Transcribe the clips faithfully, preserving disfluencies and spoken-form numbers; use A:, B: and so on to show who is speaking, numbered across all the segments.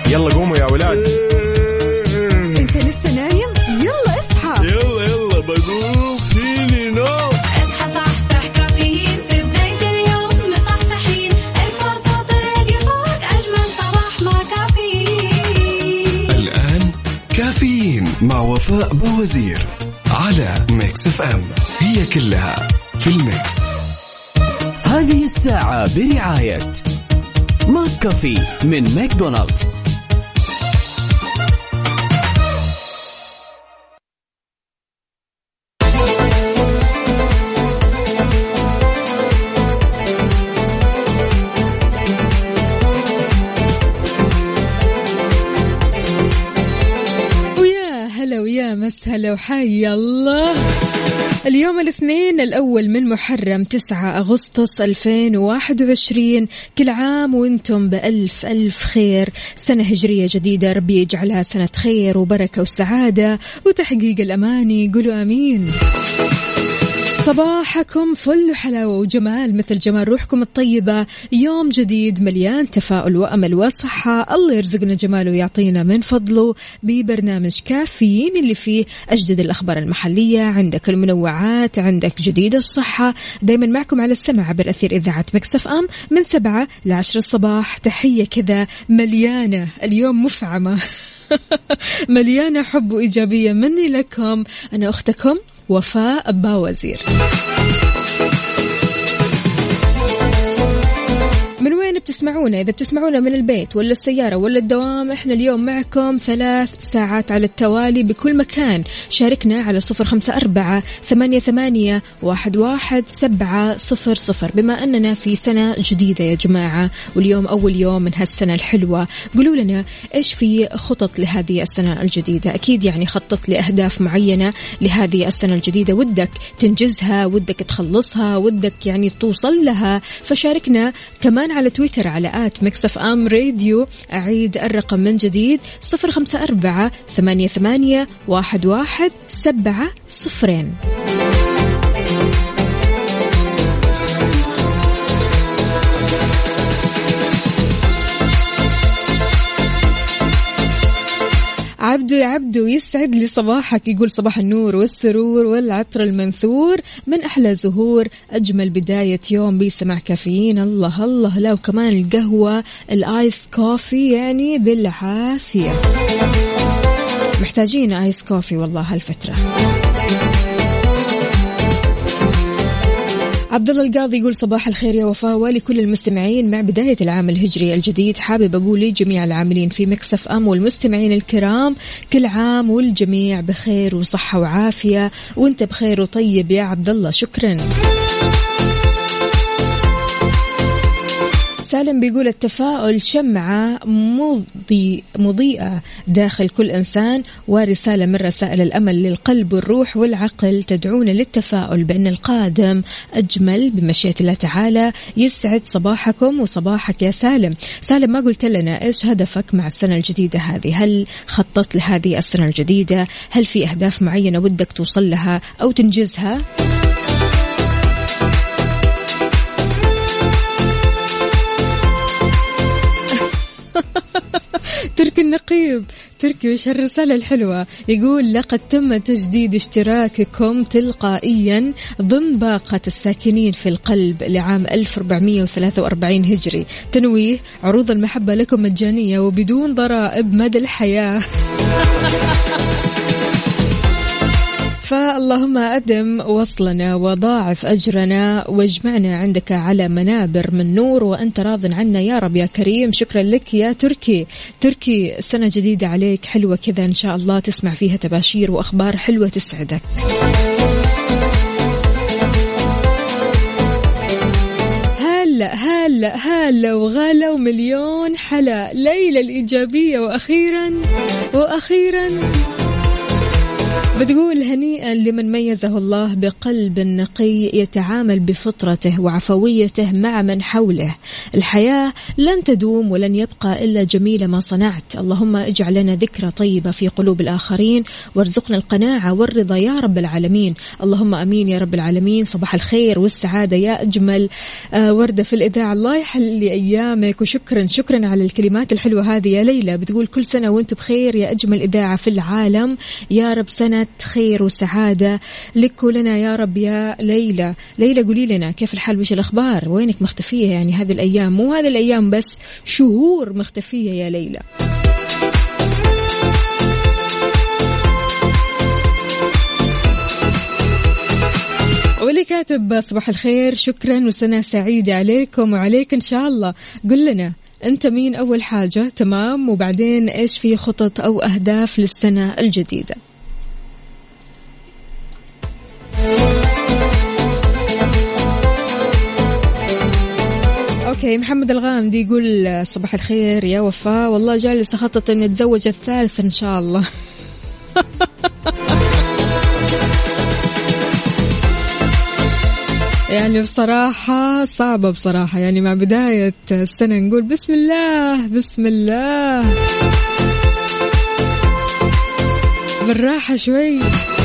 A: يلا قوموا يا ولاد.
B: انت لسه نايم؟ يلا اصحى.
A: يلا يلا بقوم فيني نوم.
C: اصحى صحصح كافيين في بداية اليوم مصحصحين. ارفع صوت الراديو فوق أجمل صباح مع كافيين.
D: الآن كافيين مع وفاء بوزير على ميكس اف ام، هي كلها في الميكس.
E: هذه الساعة برعاية ماك كافي من ماكدونالدز.
B: ويا هلا ويا مسهلا وحي الله. اليوم الاثنين الأول من محرم تسعة أغسطس ألفين وواحد وعشرين. كل عام وانتم بألف ألف خير. سنة هجرية جديدة، ربي يجعلها سنة خير وبركة وسعادة وتحقيق الأماني. قولوا آمين. صباحكم فل وحلاوة وجمال مثل جمال روحكم الطيبة. يوم جديد مليان تفاؤل وأمل وصحة. الله يرزقنا جماله ويعطينا من فضله ببرنامج كافيين اللي فيه أجدد الأخبار المحلية، عندك المنوعات، عندك جديد الصحة. دايما معكم على السمع عبر أثير إذاعة ميكس اف ام من سبعة لعشر الصباح. تحية كذا مليانة اليوم مفعمة مليانة حب وإيجابية مني لكم. أنا أختكم وفاء باوزير. من وين بتسمعونا؟ إذا بتسمعونا من البيت ولا السيارة ولا الدوام، إحنا اليوم معكم ثلاث ساعات على التوالي بكل مكان. شاركنا على صفر خمسة أربعة ثمانية ثمانية واحد واحد سبعة صفر صفر. بما أننا في سنة جديدة يا جماعة، واليوم أول يوم من هالسنة الحلوة، قولوا لنا إيش في خطط لهذه السنة الجديدة. أكيد يعني خطط لأهداف معينة لهذه السنة الجديدة، ودك تنجزها، ودك تخلصها، ودك يعني توصل لها. فشاركنا كمان على تويتر على آت ميكس اف ام راديو. أعيد الرقم من جديد صفر خمسة أربعة ثمانية ثمانية واحد واحد سبعة صفرين. عبدو يا عبدو يسعد لي صباحك، يقول صباح النور والسرور والعطر المنثور من أحلى زهور، أجمل بداية يوم بسمع كافيين. الله الله، لا وكمان القهوة الآيس كوفي يعني بالعافية، محتاجين آيس كوفي والله هالفترة. عبد الله القاضي يقول صباح الخير يا وفاء ولكل المستمعين. مع بداية العام الهجري الجديد حابب أقول لجميع العاملين في ميكس اف ام والمستمعين الكرام كل عام والجميع بخير وصحة وعافية، وانت بخير وطيب يا عبد الله. شكرا. سالم بيقول التفاؤل شمعة مضي مضيئة داخل كل إنسان، ورسالة من رسائل الأمل للقلب والروح والعقل تدعونا للتفاؤل بأن القادم أجمل بمشيئة الله تعالى. يسعد صباحكم وصباحك يا سالم. سالم ما قلت لنا إيش هدفك مع السنة الجديدة هذه؟ هل خططت لهذه السنة الجديدة؟ هل في أهداف معينة ودك توصل لها أو تنجزها؟ تركي النقيب، تركي وش هالرسالة الحلوة؟ يقول لقد تم تجديد اشتراككم تلقائيا ضمن باقة الساكنين في القلب لعام ألف وأربعمائة وثلاثة وأربعين هجري. تنويه عروض المحبة لكم مجانية وبدون ضرائب مدى الحياة. فاللهم أدم وصلنا وضاعف أجرنا واجمعنا عندك على منابر من نور وأنت راض عنا يا رب يا كريم. شكرا لك يا تركي. تركي سنة جديدة عليك حلوة كذا إن شاء الله، تسمع فيها تباشير وأخبار حلوة تسعدك. هلا هلا هلا وغلا ومليون حلا. ليلى الإيجابية وأخيرا وأخيرا بتقول هنيئا لمن ميزه الله بقلب نقي يتعامل بفطرته وعفويته مع من حوله. الحياة لن تدوم ولن يبقى إلا جميل ما صنعت. اللهم اجعل لنا ذكرى طيبة في قلوب الآخرين وارزقنا القناعة والرضا يا رب العالمين. اللهم أمين يا رب العالمين. صباح الخير والسعادة يا أجمل آه وردة في الإذاعة. الله يحلي أيامك وشكرا شكرا على الكلمات الحلوة هذه يا ليلى. بتقول كل سنة وانتم بخير يا أجمل إذاعة في العالم يا رب. سنة خير وسعادة لك ولنا يا رب يا ليلى. ليلى قولي لنا كيف الحال وش الأخبار؟ وينك مختفية يعني هذه الأيام؟ مو هذه الأيام بس، شهور مختفية يا ليلى. واللي كاتب صباح الخير شكرا وسنة سعيدة عليكم وعليك إن شاء الله. قل لنا أنت مين أول حاجة، تمام، وبعدين إيش في خطط أو أهداف للسنة الجديدة. اوكي محمد الغامدي يقول صباح الخير يا وفاء، والله جالس اخطط اني اتزوج الثالث ان شاء الله. يعني بصراحة صعبة بصراحة، يعني مع بداية السنة نقول بسم الله بسم الله بالراحة شوي.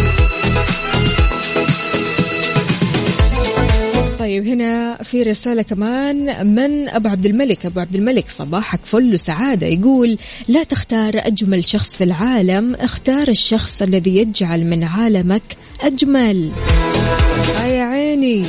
B: طيب هنا في رسالة كمان من أبو عبد الملك. أبو عبد الملك صباحك فل وسعادة. يقول لا تختار أجمل شخص في العالم، اختار الشخص الذي يجعل من عالمك أجمل. يا عيني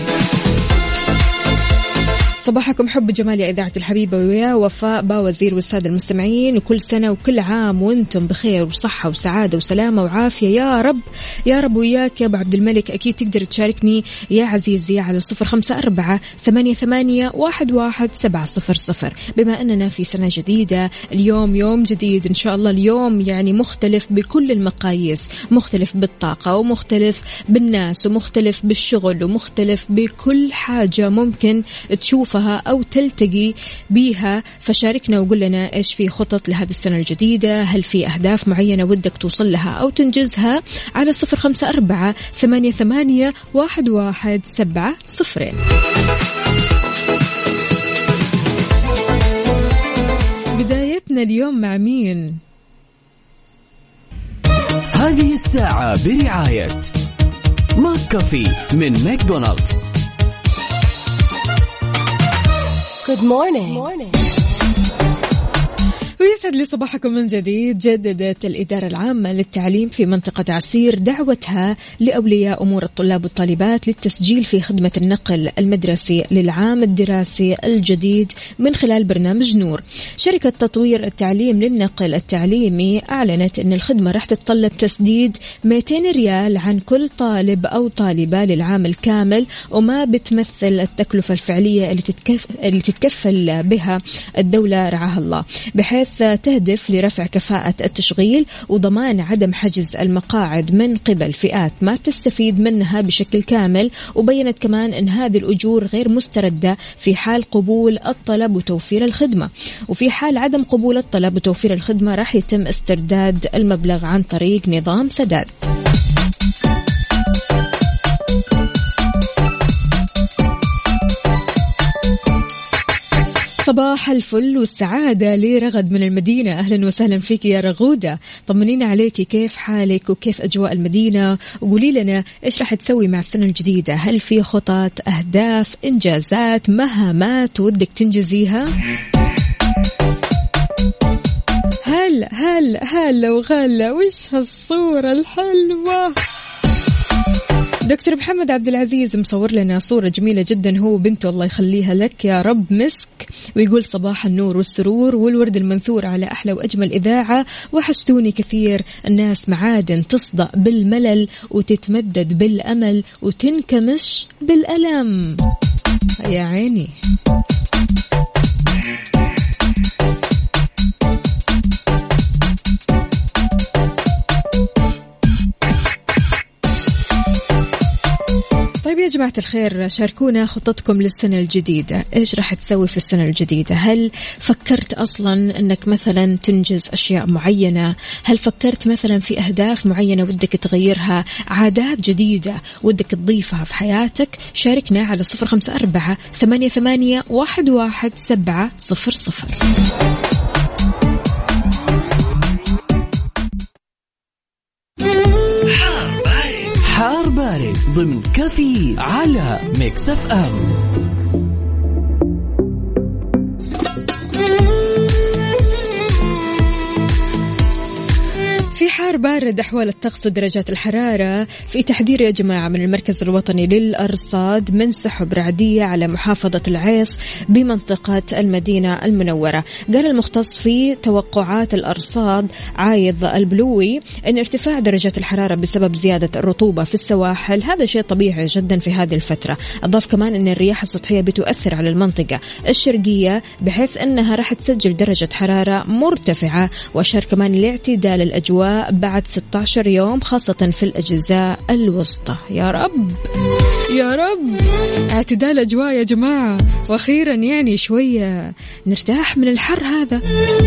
B: صباحكم حب جمال يا إذاعة الحبيبة ويا وفاء باوزير والسادة المستمعين، وكل سنة وكل عام وانتم بخير وصحة وسعادة وسلامة وعافية يا رب يا رب. وياك يا أبو عبد الملك أكيد تقدر تشاركني يا عزيزي على صفر خمسة أربعة ثمانية ثمانية واحد واحد سبعة صفر صفر. بما أننا في سنة جديدة، اليوم يوم جديد إن شاء الله. اليوم يعني مختلف بكل المقاييس، مختلف بالطاقة ومختلف بالناس ومختلف بالشغل ومختلف بكل حاجة ممكن تشوف أو تلتقي بيها. فشاركنا وقول لنا إيش في خطط لهذه السنة الجديدة، هل في أهداف معينة ودك توصل لها أو تنجزها على صفر خمسة أربعة ثمانية ثمانية واحد واحد سبعة صفرين. بدايتنا اليوم مع مين؟
E: هذه الساعة برعاية ماك كافي من ماكدونالدز.
F: Good morning. Good morning.
B: ويسعد لي صباحكم من جديد. جددت الإدارة العامة للتعليم في منطقة عسير دعوتها لأولياء أمور الطلاب والطالبات للتسجيل في خدمة النقل المدرسي للعام الدراسي الجديد من خلال برنامج نور. شركة تطوير التعليم للنقل التعليمي أعلنت أن الخدمة راح تتطلب تسديد مئتين ريال عن كل طالب أو طالبة للعام الكامل، وما بتمثل التكلفة الفعلية اللي, تتكف... اللي تتكفل بها الدولة رعاها الله، بحيث تهدف لرفع كفاءة التشغيل وضمان عدم حجز المقاعد من قبل فئات ما تستفيد منها بشكل كامل. وبينت كمان أن هذه الأجور غير مستردة في حال قبول الطلب وتوفير الخدمة، وفي حال عدم قبول الطلب وتوفير الخدمة راح يتم استرداد المبلغ عن طريق نظام سداد. صباح الفل والسعادة لرغد من المدينة. أهلا وسهلا فيك يا رغودة. طمنينا عليك، كيف حالك وكيف أجواء المدينة؟ وقولي لنا إيش راح تسوي مع السنة الجديدة؟ هل في خطط، أهداف، إنجازات، مهامات ودك تنجزيها؟ هلا هلا هلا وغلا، وش هالصورة الحلوة؟ دكتور محمد عبد العزيز مصور لنا صورة جميلة جدا هو وبنته، الله يخليها لك يا رب، مسك، ويقول صباح النور والسرور والورد المنثور على أحلى وأجمل إذاعة، وحشتوني كثير. الناس معادن تصدأ بالملل وتتمدد بالأمل وتنكمش بالألم. يا عيني. طيب يا جماعة الخير، شاركونا خططكم للسنة الجديدة. إيش راح تسوي في السنة الجديدة؟ هل فكرت أصلا أنك مثلا تنجز أشياء معينة؟ هل فكرت مثلا في أهداف معينة ودك تغيرها؟ عادات جديدة ودك تضيفها في حياتك؟ شاركنا على صفر خمسة أربعة ثمانية ثمانية واحد واحد سبعة صفر صفر.
E: حار بارد ضمن كافيين على ميكس اف ام.
B: في حار بارد أحوال الطقس ودرجات الحرارة. في تحذير يا جماعة من المركز الوطني للأرصاد من سحب رعدية على محافظة العيص بمنطقة المدينة المنورة. قال المختص في توقعات الأرصاد عايض البلوي أن ارتفاع درجات الحرارة بسبب زيادة الرطوبة في السواحل هذا شيء طبيعي جدا في هذه الفترة. أضاف كمان أن الرياح السطحية بتؤثر على المنطقة الشرقية بحيث أنها راح تسجل درجة حرارة مرتفعة، وأشار كمان لاعتدال الأجواء بعد ستة عشر يوم خاصة في الأجزاء الوسطى. يا رب يا رب اعتدال أجواء يا جماعة، وأخيرا يعني شوية نرتاح من الحر هذا.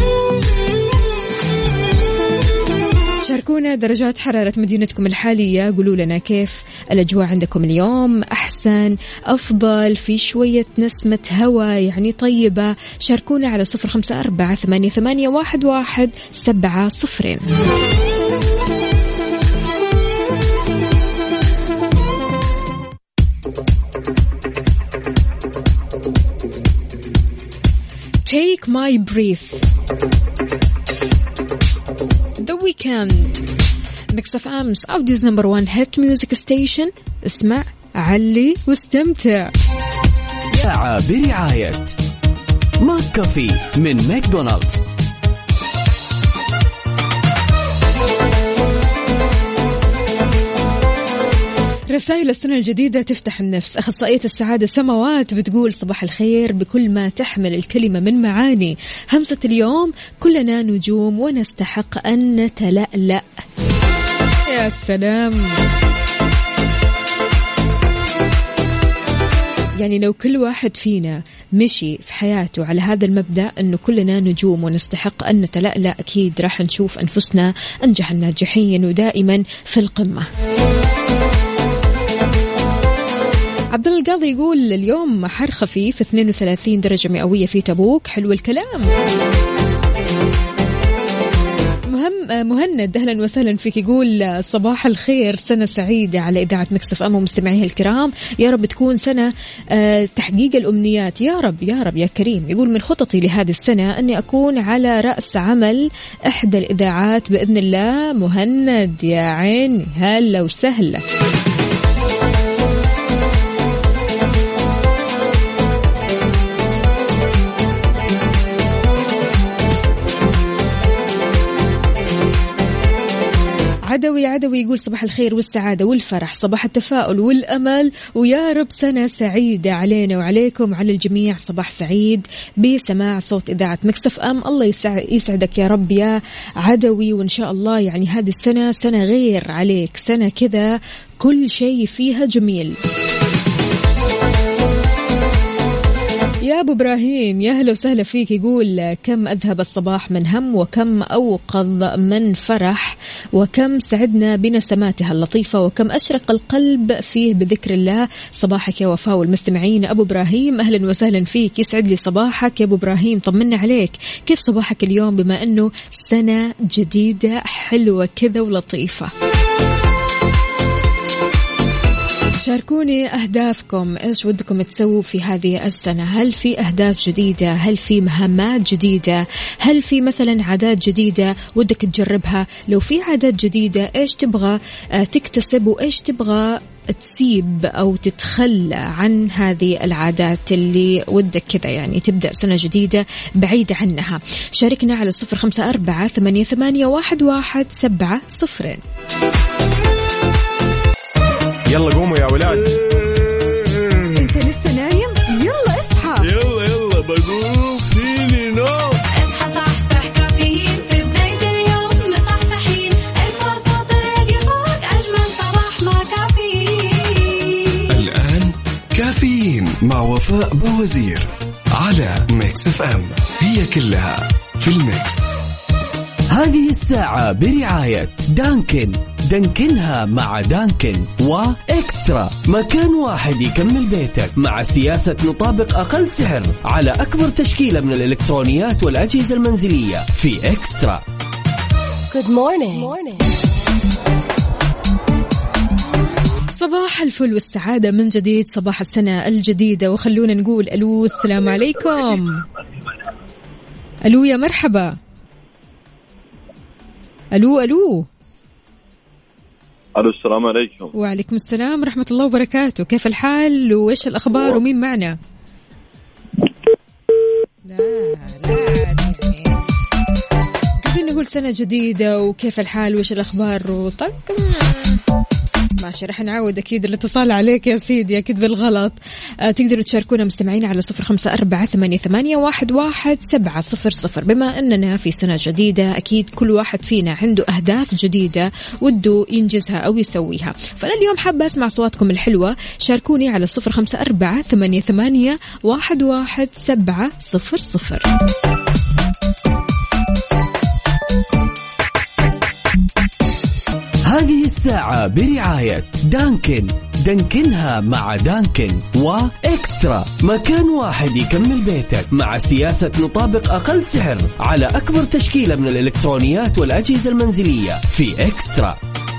B: شاركونا درجات حرارة مدينتكم الحالية، قولوا لنا كيف الأجواء عندكم اليوم، أحسن أفضل، في شوية نسمة هواء يعني طيبة. شاركونا على صفر خمسة أربعة ثمانية ثمانية واحد واحد سبعة صفرين. Take my breath. The Weekend. Mix of M, Saudi's number one hit music station. اسمع علي واستمتع.
E: ساعة برعاية ماك كافي من ماكدونالدز.
B: رسائل السنة الجديدة تفتح النفس. أخصائية السعادة سماوات بتقول صباح الخير بكل ما تحمل الكلمة من معاني. همسة اليوم: كلنا نجوم ونستحق أن نتلألأ. يا سلام، يعني لو كل واحد فينا مشي في حياته على هذا المبدأ أنه كلنا نجوم ونستحق أن نتلألأ، أكيد راح نشوف أنفسنا أنجح الناجحين ودائما في القمة. عبد الله القاضي يقول اليوم حر خفيف اثنين وثلاثين درجة مئوية في تبوك. حلو الكلام. مهم مهند أهلا وسهلا فيك، يقول صباح الخير، سنة سعيدة على إذاعة ميكس اف ام ومستمعيها الكرام، يا رب تكون سنة أه تحقيق الأمنيات يا رب يا رب يا كريم. يقول من خططي لهذه السنة أني أكون على رأس عمل إحدى الإذاعات بإذن الله. مهند يا عين هلا وسهلا. عدوي عدوي يقول صباح الخير والسعادة والفرح، صباح التفاؤل والأمل، ويا رب سنة سعيدة علينا وعليكم وعلى الجميع. صباح سعيد بسماع صوت إذاعة ميكس اف ام. الله يسعدك يا رب يا عدوي، وإن شاء الله يعني هذه السنة سنة غير عليك، سنة كذا كل شيء فيها جميل. يا أبو إبراهيم يا أهلا وسهلا فيك، يقول كم أذهب الصباح من هم وكم أوقظ من فرح وكم سعدنا بنسماتها اللطيفة وكم أشرق القلب فيه بذكر الله. صباحك يا وفاء والمستمعين. أبو إبراهيم أهلا وسهلا فيك، يسعد لي صباحك يا أبو إبراهيم. طمنا عليك، كيف صباحك اليوم بما أنه سنة جديدة حلوة كذا ولطيفة؟ شاركوني أهدافكم، إيش ودكم تسووا في هذه السنة؟ هل في أهداف جديدة؟ هل في مهمات جديدة؟ هل في مثلا عادات جديدة ودك تجربها؟ لو في عادات جديدة إيش تبغى تكتسب وإيش تبغى تسيب أو تتخلى عن هذه العادات اللي ودك كذا يعني تبدأ سنة جديدة بعيدة عنها؟ شاركنا على صفر خمسة أربعة ثمانية ثمانية واحد واحد سبعة صفرين.
A: يلا قوموا يا ولاد.
B: انت لسه نايم؟ يلا اصحى.
A: يلا يلا بقوم فيني نوم.
C: اصحى صحصح كافيين في بداية اليوم مصحصحين، ارفع صوت الراديو فوق أجمل صباح مع كافيين.
D: الآن وفاء بوزير على ميكس اف ام. هي كلها في الميكس.
E: هذه الساعة برعاية دانكن، دانكنها مع دانكن، وإكسترا، مكان واحد يكمل بيتك مع سياسة نطابق أقل سعر على أكبر تشكيلة من الإلكترونيات والأجهزة المنزلية في إكسترا.
F: Good morning. Morning.
B: صباح الفل والسعادة من جديد، صباح السنة الجديدة، وخلونا نقول ألو السلام عليكم. ألو يا مرحبا. ألو ألو
G: ألو السلام عليكم.
B: وعليكم السلام ورحمة الله وبركاته، كيف الحال وإيش الأخبار ومين معنا؟ لا لا يعني قاعدين نقول سنة جديدة وكيف الحال وإيش الأخبار وطق ماشي. رح نعود أكيد الاتصال عليك يا سيدي أكيد بالغلط. أه تقدروا تشاركونا مستمعين على صفر خمسة أربعة ثمانية ثمانية واحد واحد سبعة صفر صفر. بما أننا في سنة جديدة أكيد كل واحد فينا عنده أهداف جديدة وده ينجزها أو يسويها، فأنا اليوم حابة أسمع أصواتكم الحلوة. شاركوني على صفر خمسة أربعة ثمانية ثمانية واحد واحد سبعة صفر صفر.
E: هذه الساعة برعاية دانكن، دانكنها مع دانكن، وإكسترا، مكان واحد يكمل بيتك مع سياسة نطابق أقل سعر على أكبر تشكيلة من الإلكترونيات والأجهزة المنزلية في إكسترا.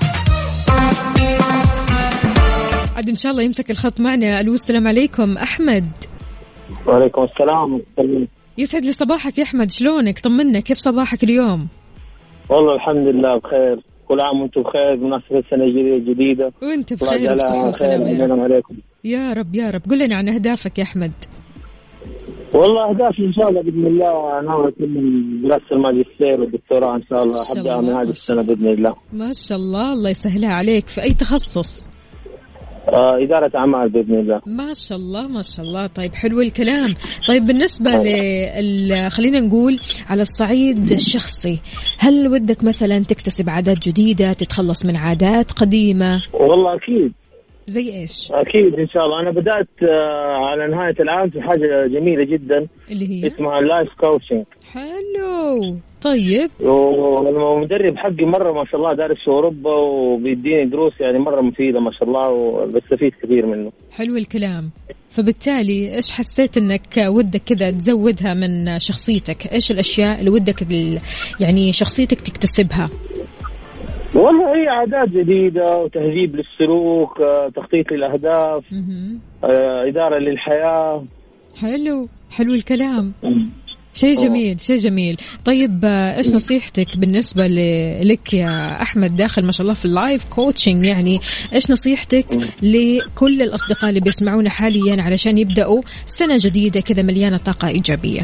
B: عاد إن شاء الله يمسك الخط معنا. ألو السلام عليكم أحمد.
H: وعليكم السلام.
B: يسعد لي صباحك يا أحمد، شلونك؟ طمنا كيف صباحك اليوم؟
H: والله الحمد لله بخير، كل عام وانتم بخير بمناسبة السنة الجديدة
B: وانت بخير وصحة وسلامة
H: عليكم.
B: يا رب يا رب. قل لنا عن أهدافك يا أحمد.
H: والله أهدافي إن شاء الله بإذن الله أنا أكمل دراسة الماجستير والدكتوراه إن شاء الله أبدأ من هذه السنة بإذن الله.
B: ما شاء الله، الله يسهلها عليك. في أي تخصص؟
H: آه إدارة أعمال بإذن الله.
B: ما شاء الله ما شاء الله. طيب حلو الكلام. طيب بالنسبة ل خلينا نقول على الصعيد الشخصي، هل ودك مثلا تكتسب عادات جديدة، تتخلص من عادات قديمة؟
H: والله أكيد.
B: زي إيش؟
H: أكيد إن شاء الله. أنا بدأت على نهاية العام في حاجة جميلة جدا
B: اللي هي
H: اسمها اللايف كوتشنج.
B: حلو. طيب
H: والمدرب حقي مرة ما شاء الله دارس في أوروبا وبيديني دروس يعني مرة مفيدة ما شاء الله وبستفيد كثير منه.
B: حلو الكلام. فبالتالي إيش حسيت إنك ودك كذا تزودها من شخصيتك؟ إيش الأشياء اللي ودك يعني شخصيتك تكتسبها؟
H: والله هي عادات جديدة وتهذيب للسلوك، تخطيط للأهداف، إدارة للحياة.
B: حلو حلو الكلام. شيء جميل شيء جميل. طيب إيش نصيحتك بالنسبة لك يا أحمد داخل ما شاء الله في اللايف كوتشنج؟ يعني إيش نصيحتك لكل الأصدقاء اللي بيسمعونا حاليا علشان يبدأوا سنة جديدة كذا مليانة طاقة إيجابية؟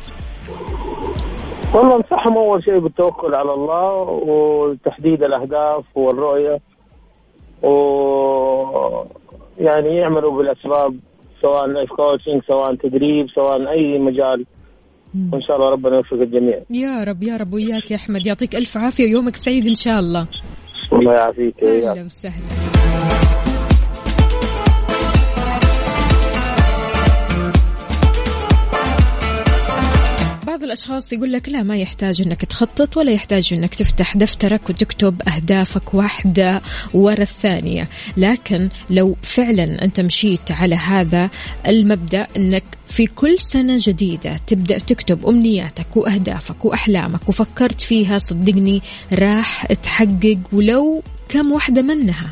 H: والله انصحهم أول شيء بالتوكل على الله وتحديد الأهداف والرؤية، ويعني يعملوا بالأسباب سواء لايف كوتشنج سواء تدريب سواء أي مجال، وإن شاء الله ربنا يوفق الجميع.
B: يا رب يا رب وياك يا أحمد، يعطيك ألف عافية ويومك سعيد إن شاء الله.
H: الله يعافيك.
B: أهلا وسهلا. بعض الأشخاص يقول لك لا ما يحتاج أنك تخطط ولا يحتاج أنك تفتح دفترك وتكتب أهدافك واحدة ورا الثانية، لكن لو فعلا أنت مشيت على هذا المبدأ أنك في كل سنة جديدة تبدأ تكتب أمنياتك وأهدافك وأحلامك وفكرت فيها، صدقني راح تحقق ولو كم واحدة منها.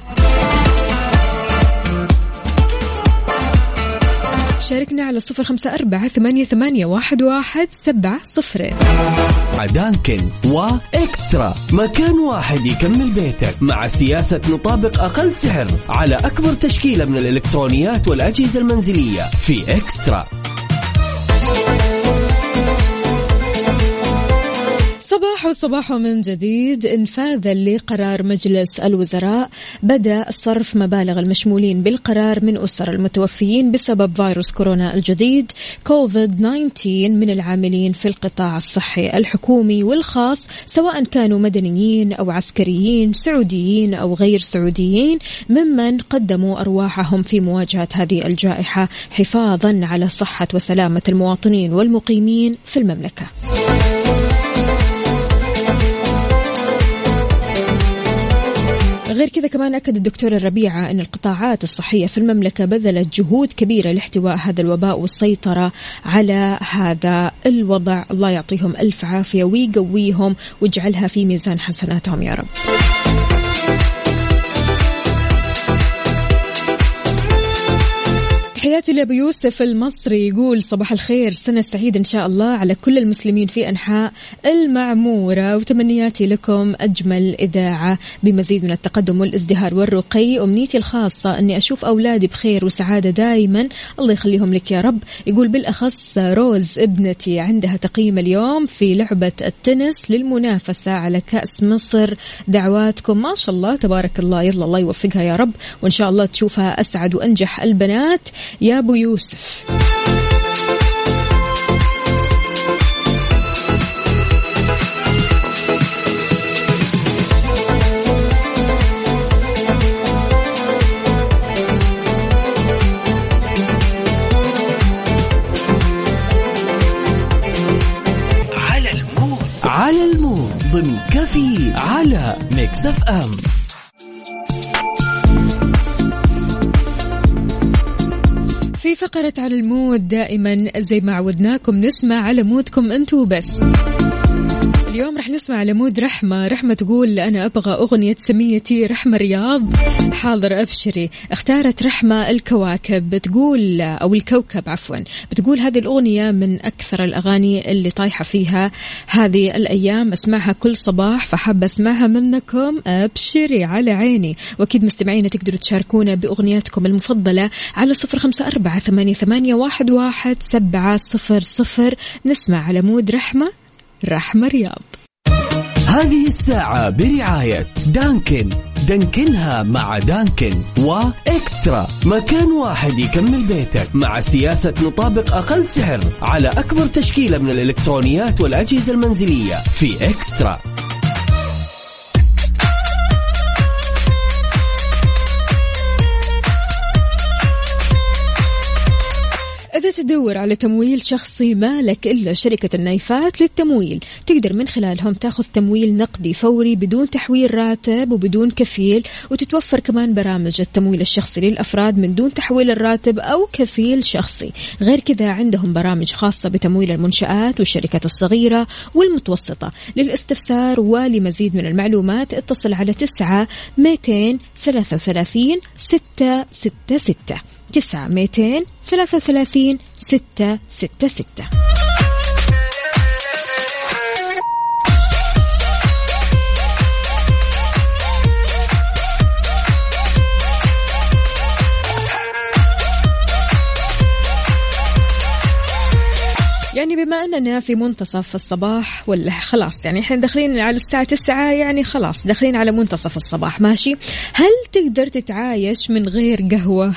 B: شاركنا على صفر خمسة أربعة ثمانية ثمانية واحد واحد سبعة صفر.
E: دانكن وإكسترا، مكان واحد يكمل بيتك مع سياسة نطابق أقل سعر على أكبر تشكيلة من الإلكترونيات والأجهزة المنزلية في إكسترا.
B: صباح وصباح من جديد. انفاذا لقرار مجلس الوزراء بدأ صرف مبالغ المشمولين بالقرار من أسر المتوفيين بسبب فيروس كورونا الجديد كوفيد تسعة عشر من العاملين في القطاع الصحي الحكومي والخاص، سواء كانوا مدنيين أو عسكريين، سعوديين أو غير سعوديين، ممن قدموا أرواحهم في مواجهة هذه الجائحة حفاظا على صحة وسلامة المواطنين والمقيمين في المملكة. غير كذا كمان أكد الدكتور الربيعة أن القطاعات الصحية في المملكة بذلت جهود كبيرة لاحتواء هذا الوباء والسيطرة على هذا الوضع. الله يعطيهم ألف عافية ويقويهم ويجعلها في ميزان حسناتهم يا رب. تحياتي لأبو يوسف المصري، يقول صباح الخير، سنة سعيدة إن شاء الله على كل المسلمين في أنحاء المعمورة، وتمنياتي لكم أجمل إذاعة بمزيد من التقدم والازدهار والرقي. أمنيتي الخاصة أني أشوف أولادي بخير وسعادة دائما، الله يخليهم لك يا رب. يقول بالأخص روز ابنتي عندها تقييم اليوم في لعبة التنس للمنافسة على كأس مصر، دعواتكم ما شاء الله تبارك الله، يلا الله يوفقها يا رب، وإن شاء الله تشوفها أسعد وأنجح البنات يا أبو يوسف.
E: على المود على المود ضمن كفي على ميكس اف ام.
B: في فقرة على المود دائما زي ما عودناكم نسمع على مودكم أنتوا بس. اليوم رح نسمع على مود رحمة. رحمة تقول أنا أبغى أغنية سميتي رحمة رياض. حاضر أبشري. اختارت رحمة الكواكب، بتقول أو الكوكب عفوا، بتقول هذه الأغنية من أكثر الأغاني اللي طايحة فيها هذه الأيام، أسمعها كل صباح، فحب أسمعها منكم. أبشري على عيني. وأكيد مستمعين تقدروا تشاركونا بأغنياتكم المفضلة على صفر خمسة أربعة ثمانية ثمانية واحد واحد سبعة صفر صفر. نسمع على مود رحمة رحمة رياض.
E: هذه الساعة برعاية دانكن، دانكنها مع دانكن، وإكسترا، مكان واحد يكمل بيتك مع سياسة نطابق أقل سعر على أكبر تشكيلة من الإلكترونيات والأجهزة المنزلية في إكسترا.
B: إذا تدور على تمويل شخصي ما لك إلا شركة النايفات للتمويل، تقدر من خلالهم تاخذ تمويل نقدي فوري بدون تحويل راتب وبدون كفيل، وتتوفر كمان برامج التمويل الشخصي للأفراد من دون تحويل الراتب أو كفيل شخصي. غير كذا عندهم برامج خاصة بتمويل المنشآت والشركات الصغيرة والمتوسطة. للاستفسار ولمزيد من المعلومات اتصل على تسعة مئتين ثلاثة وثلاثين ستة ستة ستة تسعة مئتين ثلاثة وثلاثين ستة ستة ستة. يعني بما أننا في منتصف الصباح ولا خلاص، يعني احنا داخلين على الساعة تسعة، يعني خلاص داخلين على منتصف الصباح، ماشي؟ هل تقدر تتعايش من غير قهوة؟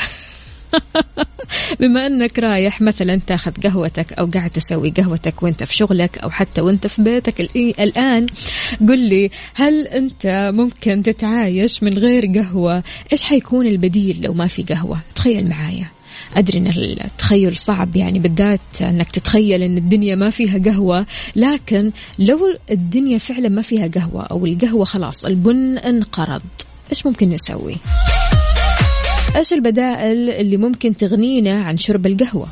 B: بما أنك رايح مثلا تاخذ قهوتك أو قاعد تسوي قهوتك وانت في شغلك أو حتى وانت في بيتك الآن، قل لي هل أنت ممكن تتعايش من غير قهوة؟ إيش حيكون البديل لو ما في قهوة؟ تخيل معايا. أدري أن التخيل صعب، يعني بالذات أنك تتخيل أن الدنيا ما فيها قهوة، لكن لو الدنيا فعلا ما فيها قهوة أو القهوة خلاص البن انقرض، إيش ممكن نسوي؟ إيش البدائل اللي ممكن تغنينا عن شرب القهوة؟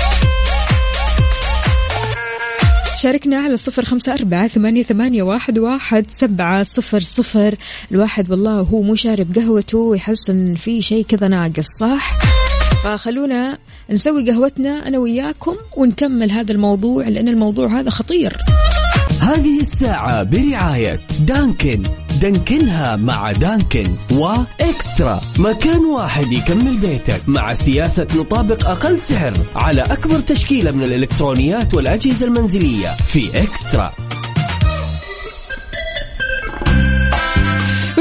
B: شاركنا على صفر خمسة أربعة ثمانية ثمانية واحد واحد سبعة صفر صفر. الواحد والله هو مو شارب قهوته ويحس إن في شيء كذا ناقص، صح؟ فخلونا نسوي قهوتنا أنا وياكم ونكمل هذا الموضوع، لأن الموضوع هذا خطير.
E: هذه الساعة برعاية دانكن، دانكنها مع دانكن، وإكسترا، مكان واحد يكمل بيتك مع سياسة نطابق أقل سعر على أكبر تشكيلة من الإلكترونيات والأجهزة المنزلية في إكسترا.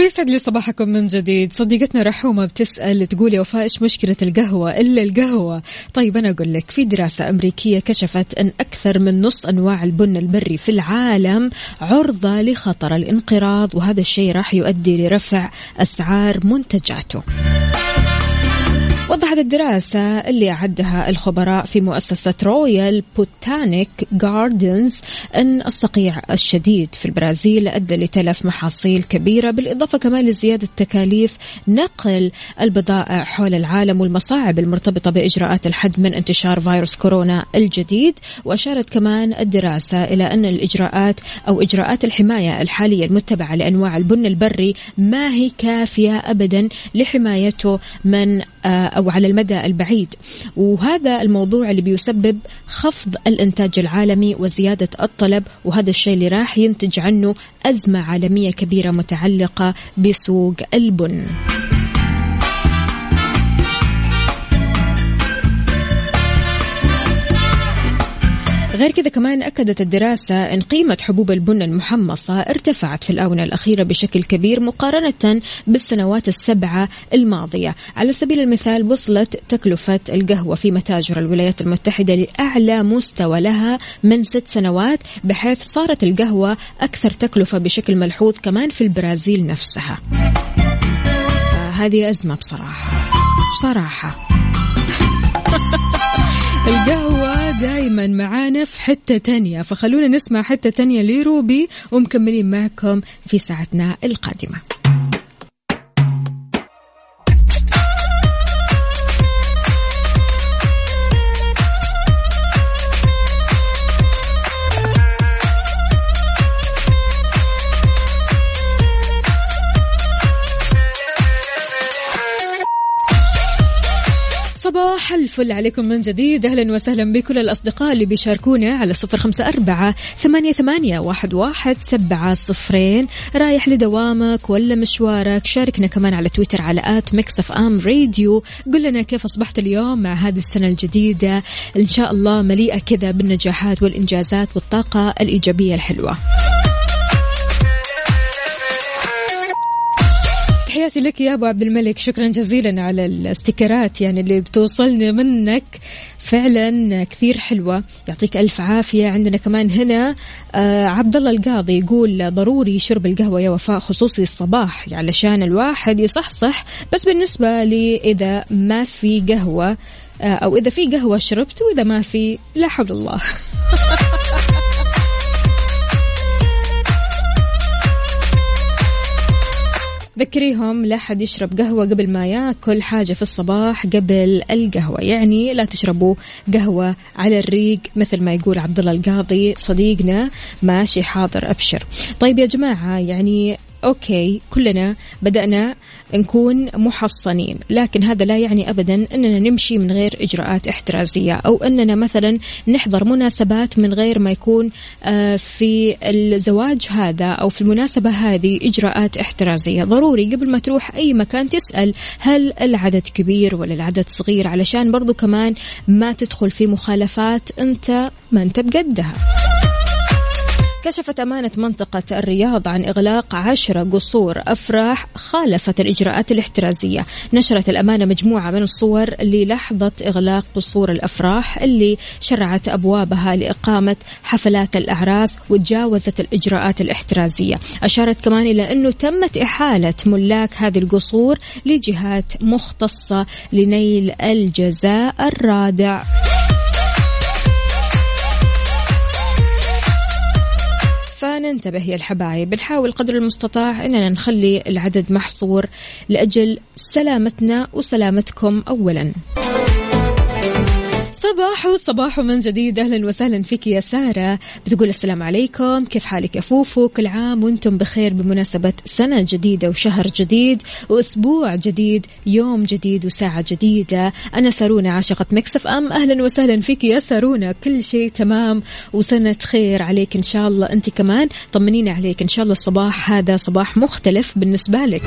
B: ويسعد لي صباحكم من جديد. صديقتنا رحومة بتسأل تقول يا وفاء إيش مشكلة القهوة إلا القهوة؟ طيب أنا أقول لك، في دراسة أمريكية كشفت أن أكثر من نص أنواع البن البري في العالم عرضة لخطر الانقراض، وهذا الشيء راح يؤدي لرفع أسعار منتجاته. وضحت الدراسة اللي أعدها الخبراء في مؤسسة رويال بوتانيك جاردنز أن الصقيع الشديد في البرازيل أدى لتلف محاصيل كبيرة، بالإضافة كمان لزيادة تكاليف نقل البضائع حول العالم والمصاعب المرتبطة بإجراءات الحد من انتشار فيروس كورونا الجديد. وأشارت كمان الدراسة إلى أن الإجراءات أو إجراءات الحماية الحالية المتبعة لأنواع البن البري ما هي كافية أبدا لحمايته من أو على المدى البعيد، وهذا الموضوع اللي بيسبب خفض الإنتاج العالمي وزيادة الطلب، وهذا الشيء اللي راح ينتج عنه أزمة عالمية كبيرة متعلقة بسوق البن. غير كذا كمان أكدت الدراسة أن قيمة حبوب البن المحمصة ارتفعت في الآونة الأخيرة بشكل كبير مقارنة بالسنوات السبعة الماضية. على سبيل المثال وصلت تكلفة القهوة في متاجر الولايات المتحدة لأعلى مستوى لها من ست سنوات، بحيث صارت القهوة أكثر تكلفة بشكل ملحوظ كمان في البرازيل نفسها. هذه أزمة بصراحة بصراحة. القهوة دايما معانا في حتة تانية، فخلونا نسمع حتة تانية لروبي ومكملين معكم في ساعتنا القادمة. صباح الفل عليكم من جديد، أهلا وسهلا بكل الأصدقاء اللي بيشاركونا على صفر خمسة أربعة ثمانية ثمانية واحد واحد سبعة صفرين. رايح لدوامك ولا مشوارك؟ شاركنا كمان على تويتر على آت ميكس أف أم راديو. قل لنا كيف أصبحت اليوم مع هذه السنة الجديدة، إن شاء الله مليئة كذا بالنجاحات والإنجازات والطاقة الإيجابية الحلوة. تحياتي لك يا أبو عبد الملك، شكرا جزيلا على الاستيكرات يعني اللي بتوصلني منك، فعلا كثير حلوة، يعطيك ألف عافية. عندنا كمان هنا آه عبد الله القاضي يقول ضروري شرب القهوة يا وفاء، خصوصي الصباح علشان الواحد يصحصح، بس بالنسبة لي إذا ما في قهوة آه أو إذا في قهوة شربت، وإذا ما في لا حول الله. ذكريهم لا حد يشرب قهوة قبل ما يأكل حاجة في الصباح قبل القهوة، يعني لا تشربوا قهوة على الريق مثل ما يقول عبد الله القاضي صديقنا. ماشي حاضر أبشر. طيب يا جماعة، يعني أوكي كلنا بدأنا نكون محصنين، لكن هذا لا يعني أبدا أننا نمشي من غير إجراءات احترازية، أو أننا مثلا نحضر مناسبات من غير ما يكون في الزواج هذا أو في المناسبة هذه إجراءات احترازية. ضروري قبل ما تروح أي مكان تسأل هل العدد كبير ولا العدد صغير، علشان برضو كمان ما تدخل في مخالفات أنت ما أنت بقدها. كشفت أمانة منطقة الرياض عن إغلاق عشرة قصور أفراح خالفت الإجراءات الاحترازية. نشرت الأمانة مجموعة من الصور للحظة إغلاق قصور الأفراح اللي شرعت أبوابها لإقامة حفلات الأعراس وتجاوزت الإجراءات الاحترازية. أشارت كمان إلى أنه تمت إحالة ملاك هذه القصور لجهات مختصة لنيل الجزاء الرادع. فننتبه يا الحبايب، بنحاول قدر المستطاع إننا نخلي العدد محصور لأجل سلامتنا وسلامتكم أولا. صباح صباح من جديد، أهلا وسهلا فيك يا سارة. بتقول السلام عليكم، كيف حالك يا فوفو؟ كل عام وانتم بخير بمناسبة سنة جديدة وشهر جديد وأسبوع جديد، يوم جديد وساعة جديدة. أنا سارونا عاشقة ميكس أف أم، أهلا وسهلا فيك يا سارونا. كل شيء تمام وسنة خير عليك إن شاء الله. أنت كمان طمنينا عليك، إن شاء الله الصباح هذا صباح مختلف بالنسبة لك.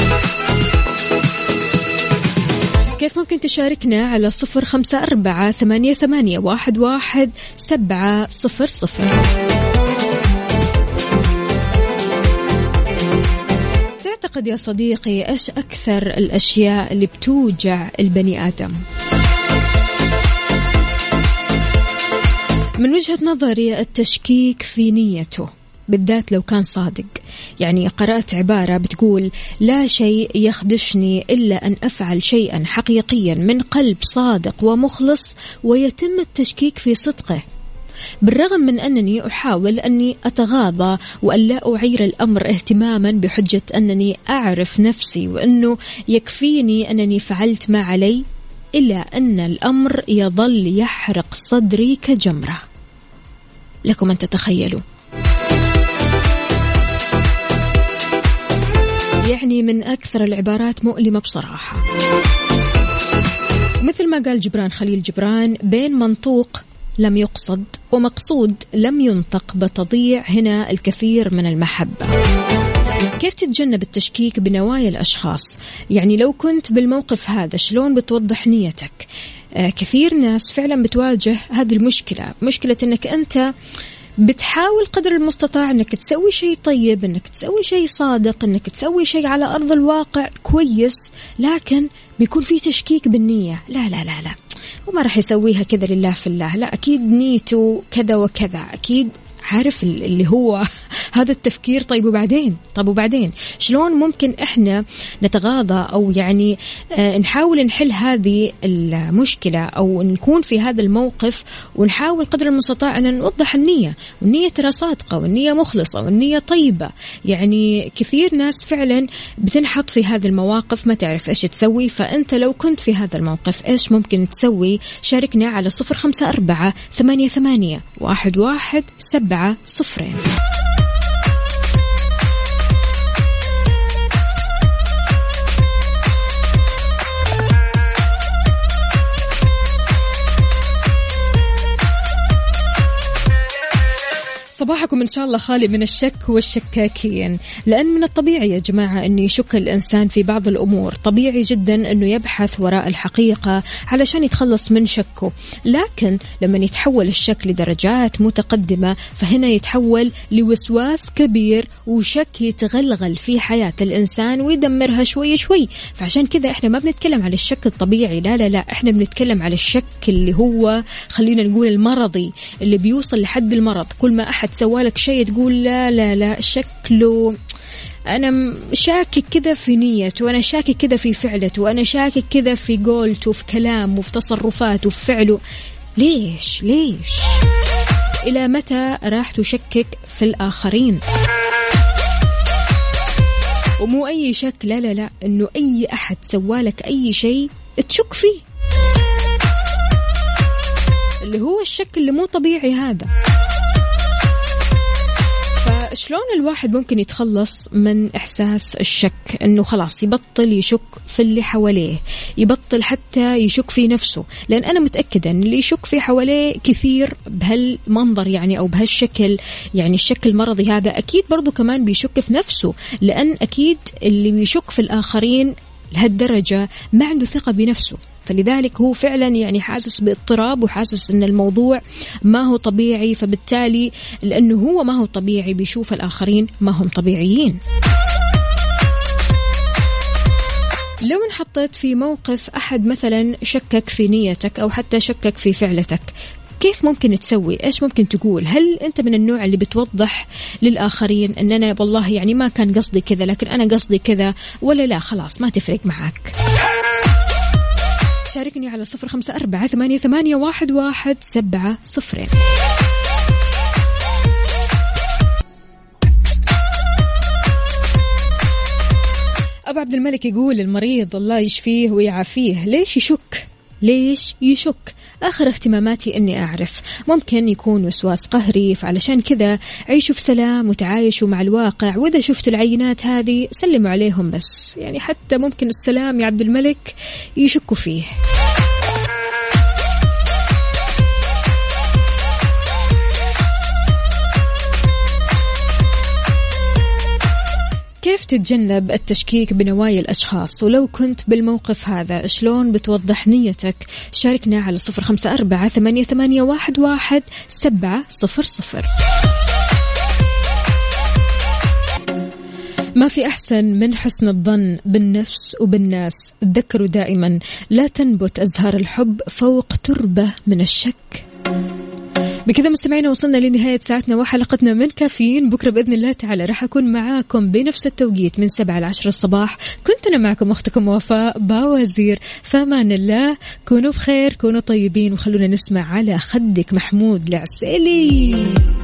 B: كيف ممكن تشاركنا على صفر خمسة أربعة ثمانية ثمانية واحد واحد سبعة صفر صفر. تعتقد يا صديقي إيش أكثر الأشياء اللي بتوجع البني آدم؟ من وجهة نظري التشكيك في نيته، بالذات لو كان صادق. يعني قرأت عبارة بتقول: لا شيء يخدشني إلا أن أفعل شيئا حقيقيا من قلب صادق ومخلص ويتم التشكيك في صدقه، بالرغم من أنني أحاول أني أتغاضى وأن لا أعير الأمر اهتماما بحجة أنني أعرف نفسي وأنه يكفيني أنني فعلت ما علي، إلا أن الأمر يظل يحرق صدري كجمرة. لكم أن تتخيلوا. يعني من أكثر العبارات مؤلمة بصراحة. مثل ما قال جبران خليل جبران: بين منطوق لم يقصد ومقصود لم ينطق بتضيع هنا الكثير من المحبة. كيف تتجنب التشكيك بنوايا الأشخاص؟ يعني لو كنت بالموقف هذا شلون بتوضح نيتك؟ آه كثير ناس فعلا بتواجه هذه المشكلة، مشكلة أنك أنت بتحاول قدر المستطاع أنك تسوي شيء طيب، أنك تسوي شيء صادق، أنك تسوي شيء على أرض الواقع كويس، لكن بيكون في تشكيك بالنية. لا لا لا لا، وما راح يسويها كذا لله في الله، لا أكيد نيته كذا وكذا، أكيد عارف اللي هو هذا التفكير. طيب وبعدين؟ طيب وبعدين شلون ممكن إحنا نتغاضى أو يعني آه نحاول نحل هذه المشكلة أو نكون في هذا الموقف ونحاول قدر المستطاع أن نوضح النية، والنية ترى صادقة والنية مخلصة والنية طيبة. يعني كثير ناس فعلا بتنحط في هذه المواقف ما تعرف إيش تسوي. فأنت لو كنت في هذا الموقف إيش ممكن تسوي؟ شاركنا على صفر خمسة أربعة ثمانية ثمانية واحد واحد سبعة صفرين. صباحكم إن شاء الله خالي من الشك والشكاكين، لأن من الطبيعي يا جماعة أن يشك الإنسان في بعض الأمور، طبيعي جدا أنه يبحث وراء الحقيقة علشان يتخلص من شكه. لكن لما يتحول الشك لدرجات متقدمة فهنا يتحول لوسواس كبير وشك يتغلغل في حياة الإنسان ويدمرها شوي شوي. فعشان كذا إحنا ما بنتكلم على الشك الطبيعي، لا لا لا، إحنا بنتكلم على الشك اللي هو خلينا نقول المرضي، اللي بيوصل لحد المرض. كل ما أحد سوالك شيء تقول لا لا لا شكله، أنا شاكك كذا في نيته، وأنا شاكك كذا في فعلته، وأنا شاكك كذا في قولته، في كلامه، وفي تصرفاته، وفي فعله. ليش ليش إلى متى راح تشكك في الآخرين؟ ومو أي شك، لا لا لا، إنه أي أحد سوالك أي شيء تشك فيه، اللي هو الشك اللي مو طبيعي هذا. شلون الواحد ممكن يتخلص من إحساس الشك؟ إنه خلاص يبطل يشك في اللي حواليه، يبطل حتى يشك في نفسه. لأن أنا متأكدة إن اللي يشك في حواليه كثير بهالمنظر يعني أو بهالشكل، يعني الشكل المرضي هذا، أكيد برضو كمان بيشك في نفسه، لأن أكيد اللي بيشك في الآخرين لهالدرجة ما عنده ثقة بنفسه. فلذلك هو فعلا يعني حاسس باضطراب وحاسس ان الموضوع ما هو طبيعي، فبالتالي لانه هو ما هو طبيعي بيشوف الاخرين ما هم طبيعيين. لو انحطيت في موقف احد مثلا شكك في نيتك او حتى شكك في فعلتك، كيف ممكن تسوي؟ إيش ممكن تقول؟ هل أنت من النوع اللي بتوضح للآخرين أن أنا والله يعني ما كان قصدي كذا لكن أنا قصدي كذا، ولا لا خلاص ما تفرق معك؟ شاركني على صفر خمسة أربعة ثمانية ثمانية واحد واحد سبعة صفرين. أبو عبد الملك يقول: المريض الله يشفيه ويعافيه، ليش يشك؟ ليش يشك؟ آخر اهتماماتي أني أعرف، ممكن يكون وسواس قهري، فعلشان كذا عيشوا في سلام وتعايشوا مع الواقع، وإذا شفتوا العينات هذه سلموا عليهم بس، يعني حتى ممكن السلام يا عبد الملك يشكوا فيه. كيف تتجنب التشكيك بنوايا الأشخاص؟ ولو كنت بالموقف هذا شلون بتوضح نيتك؟ شاركنا على صفر خمسة أربعة ثمانية ثمانية واحد واحد سبعة صفر صفر. ما في أحسن من حسن الظن بالنفس وبالناس. تذكروا دائما لا تنبت أزهار الحب فوق تربة من الشك. بكذا مستمعينا وصلنا لنهاية ساعتنا وحلقتنا من كافيين. بكرة بإذن الله تعالى راح أكون معاكم بنفس التوقيت من سبعة لعشرة الصباح. كنت أنا معكم أختكم وفاء باوزير. فأمان الله، كونوا بخير، كونوا طيبين، وخلونا نسمع على خدك محمود العسيلي.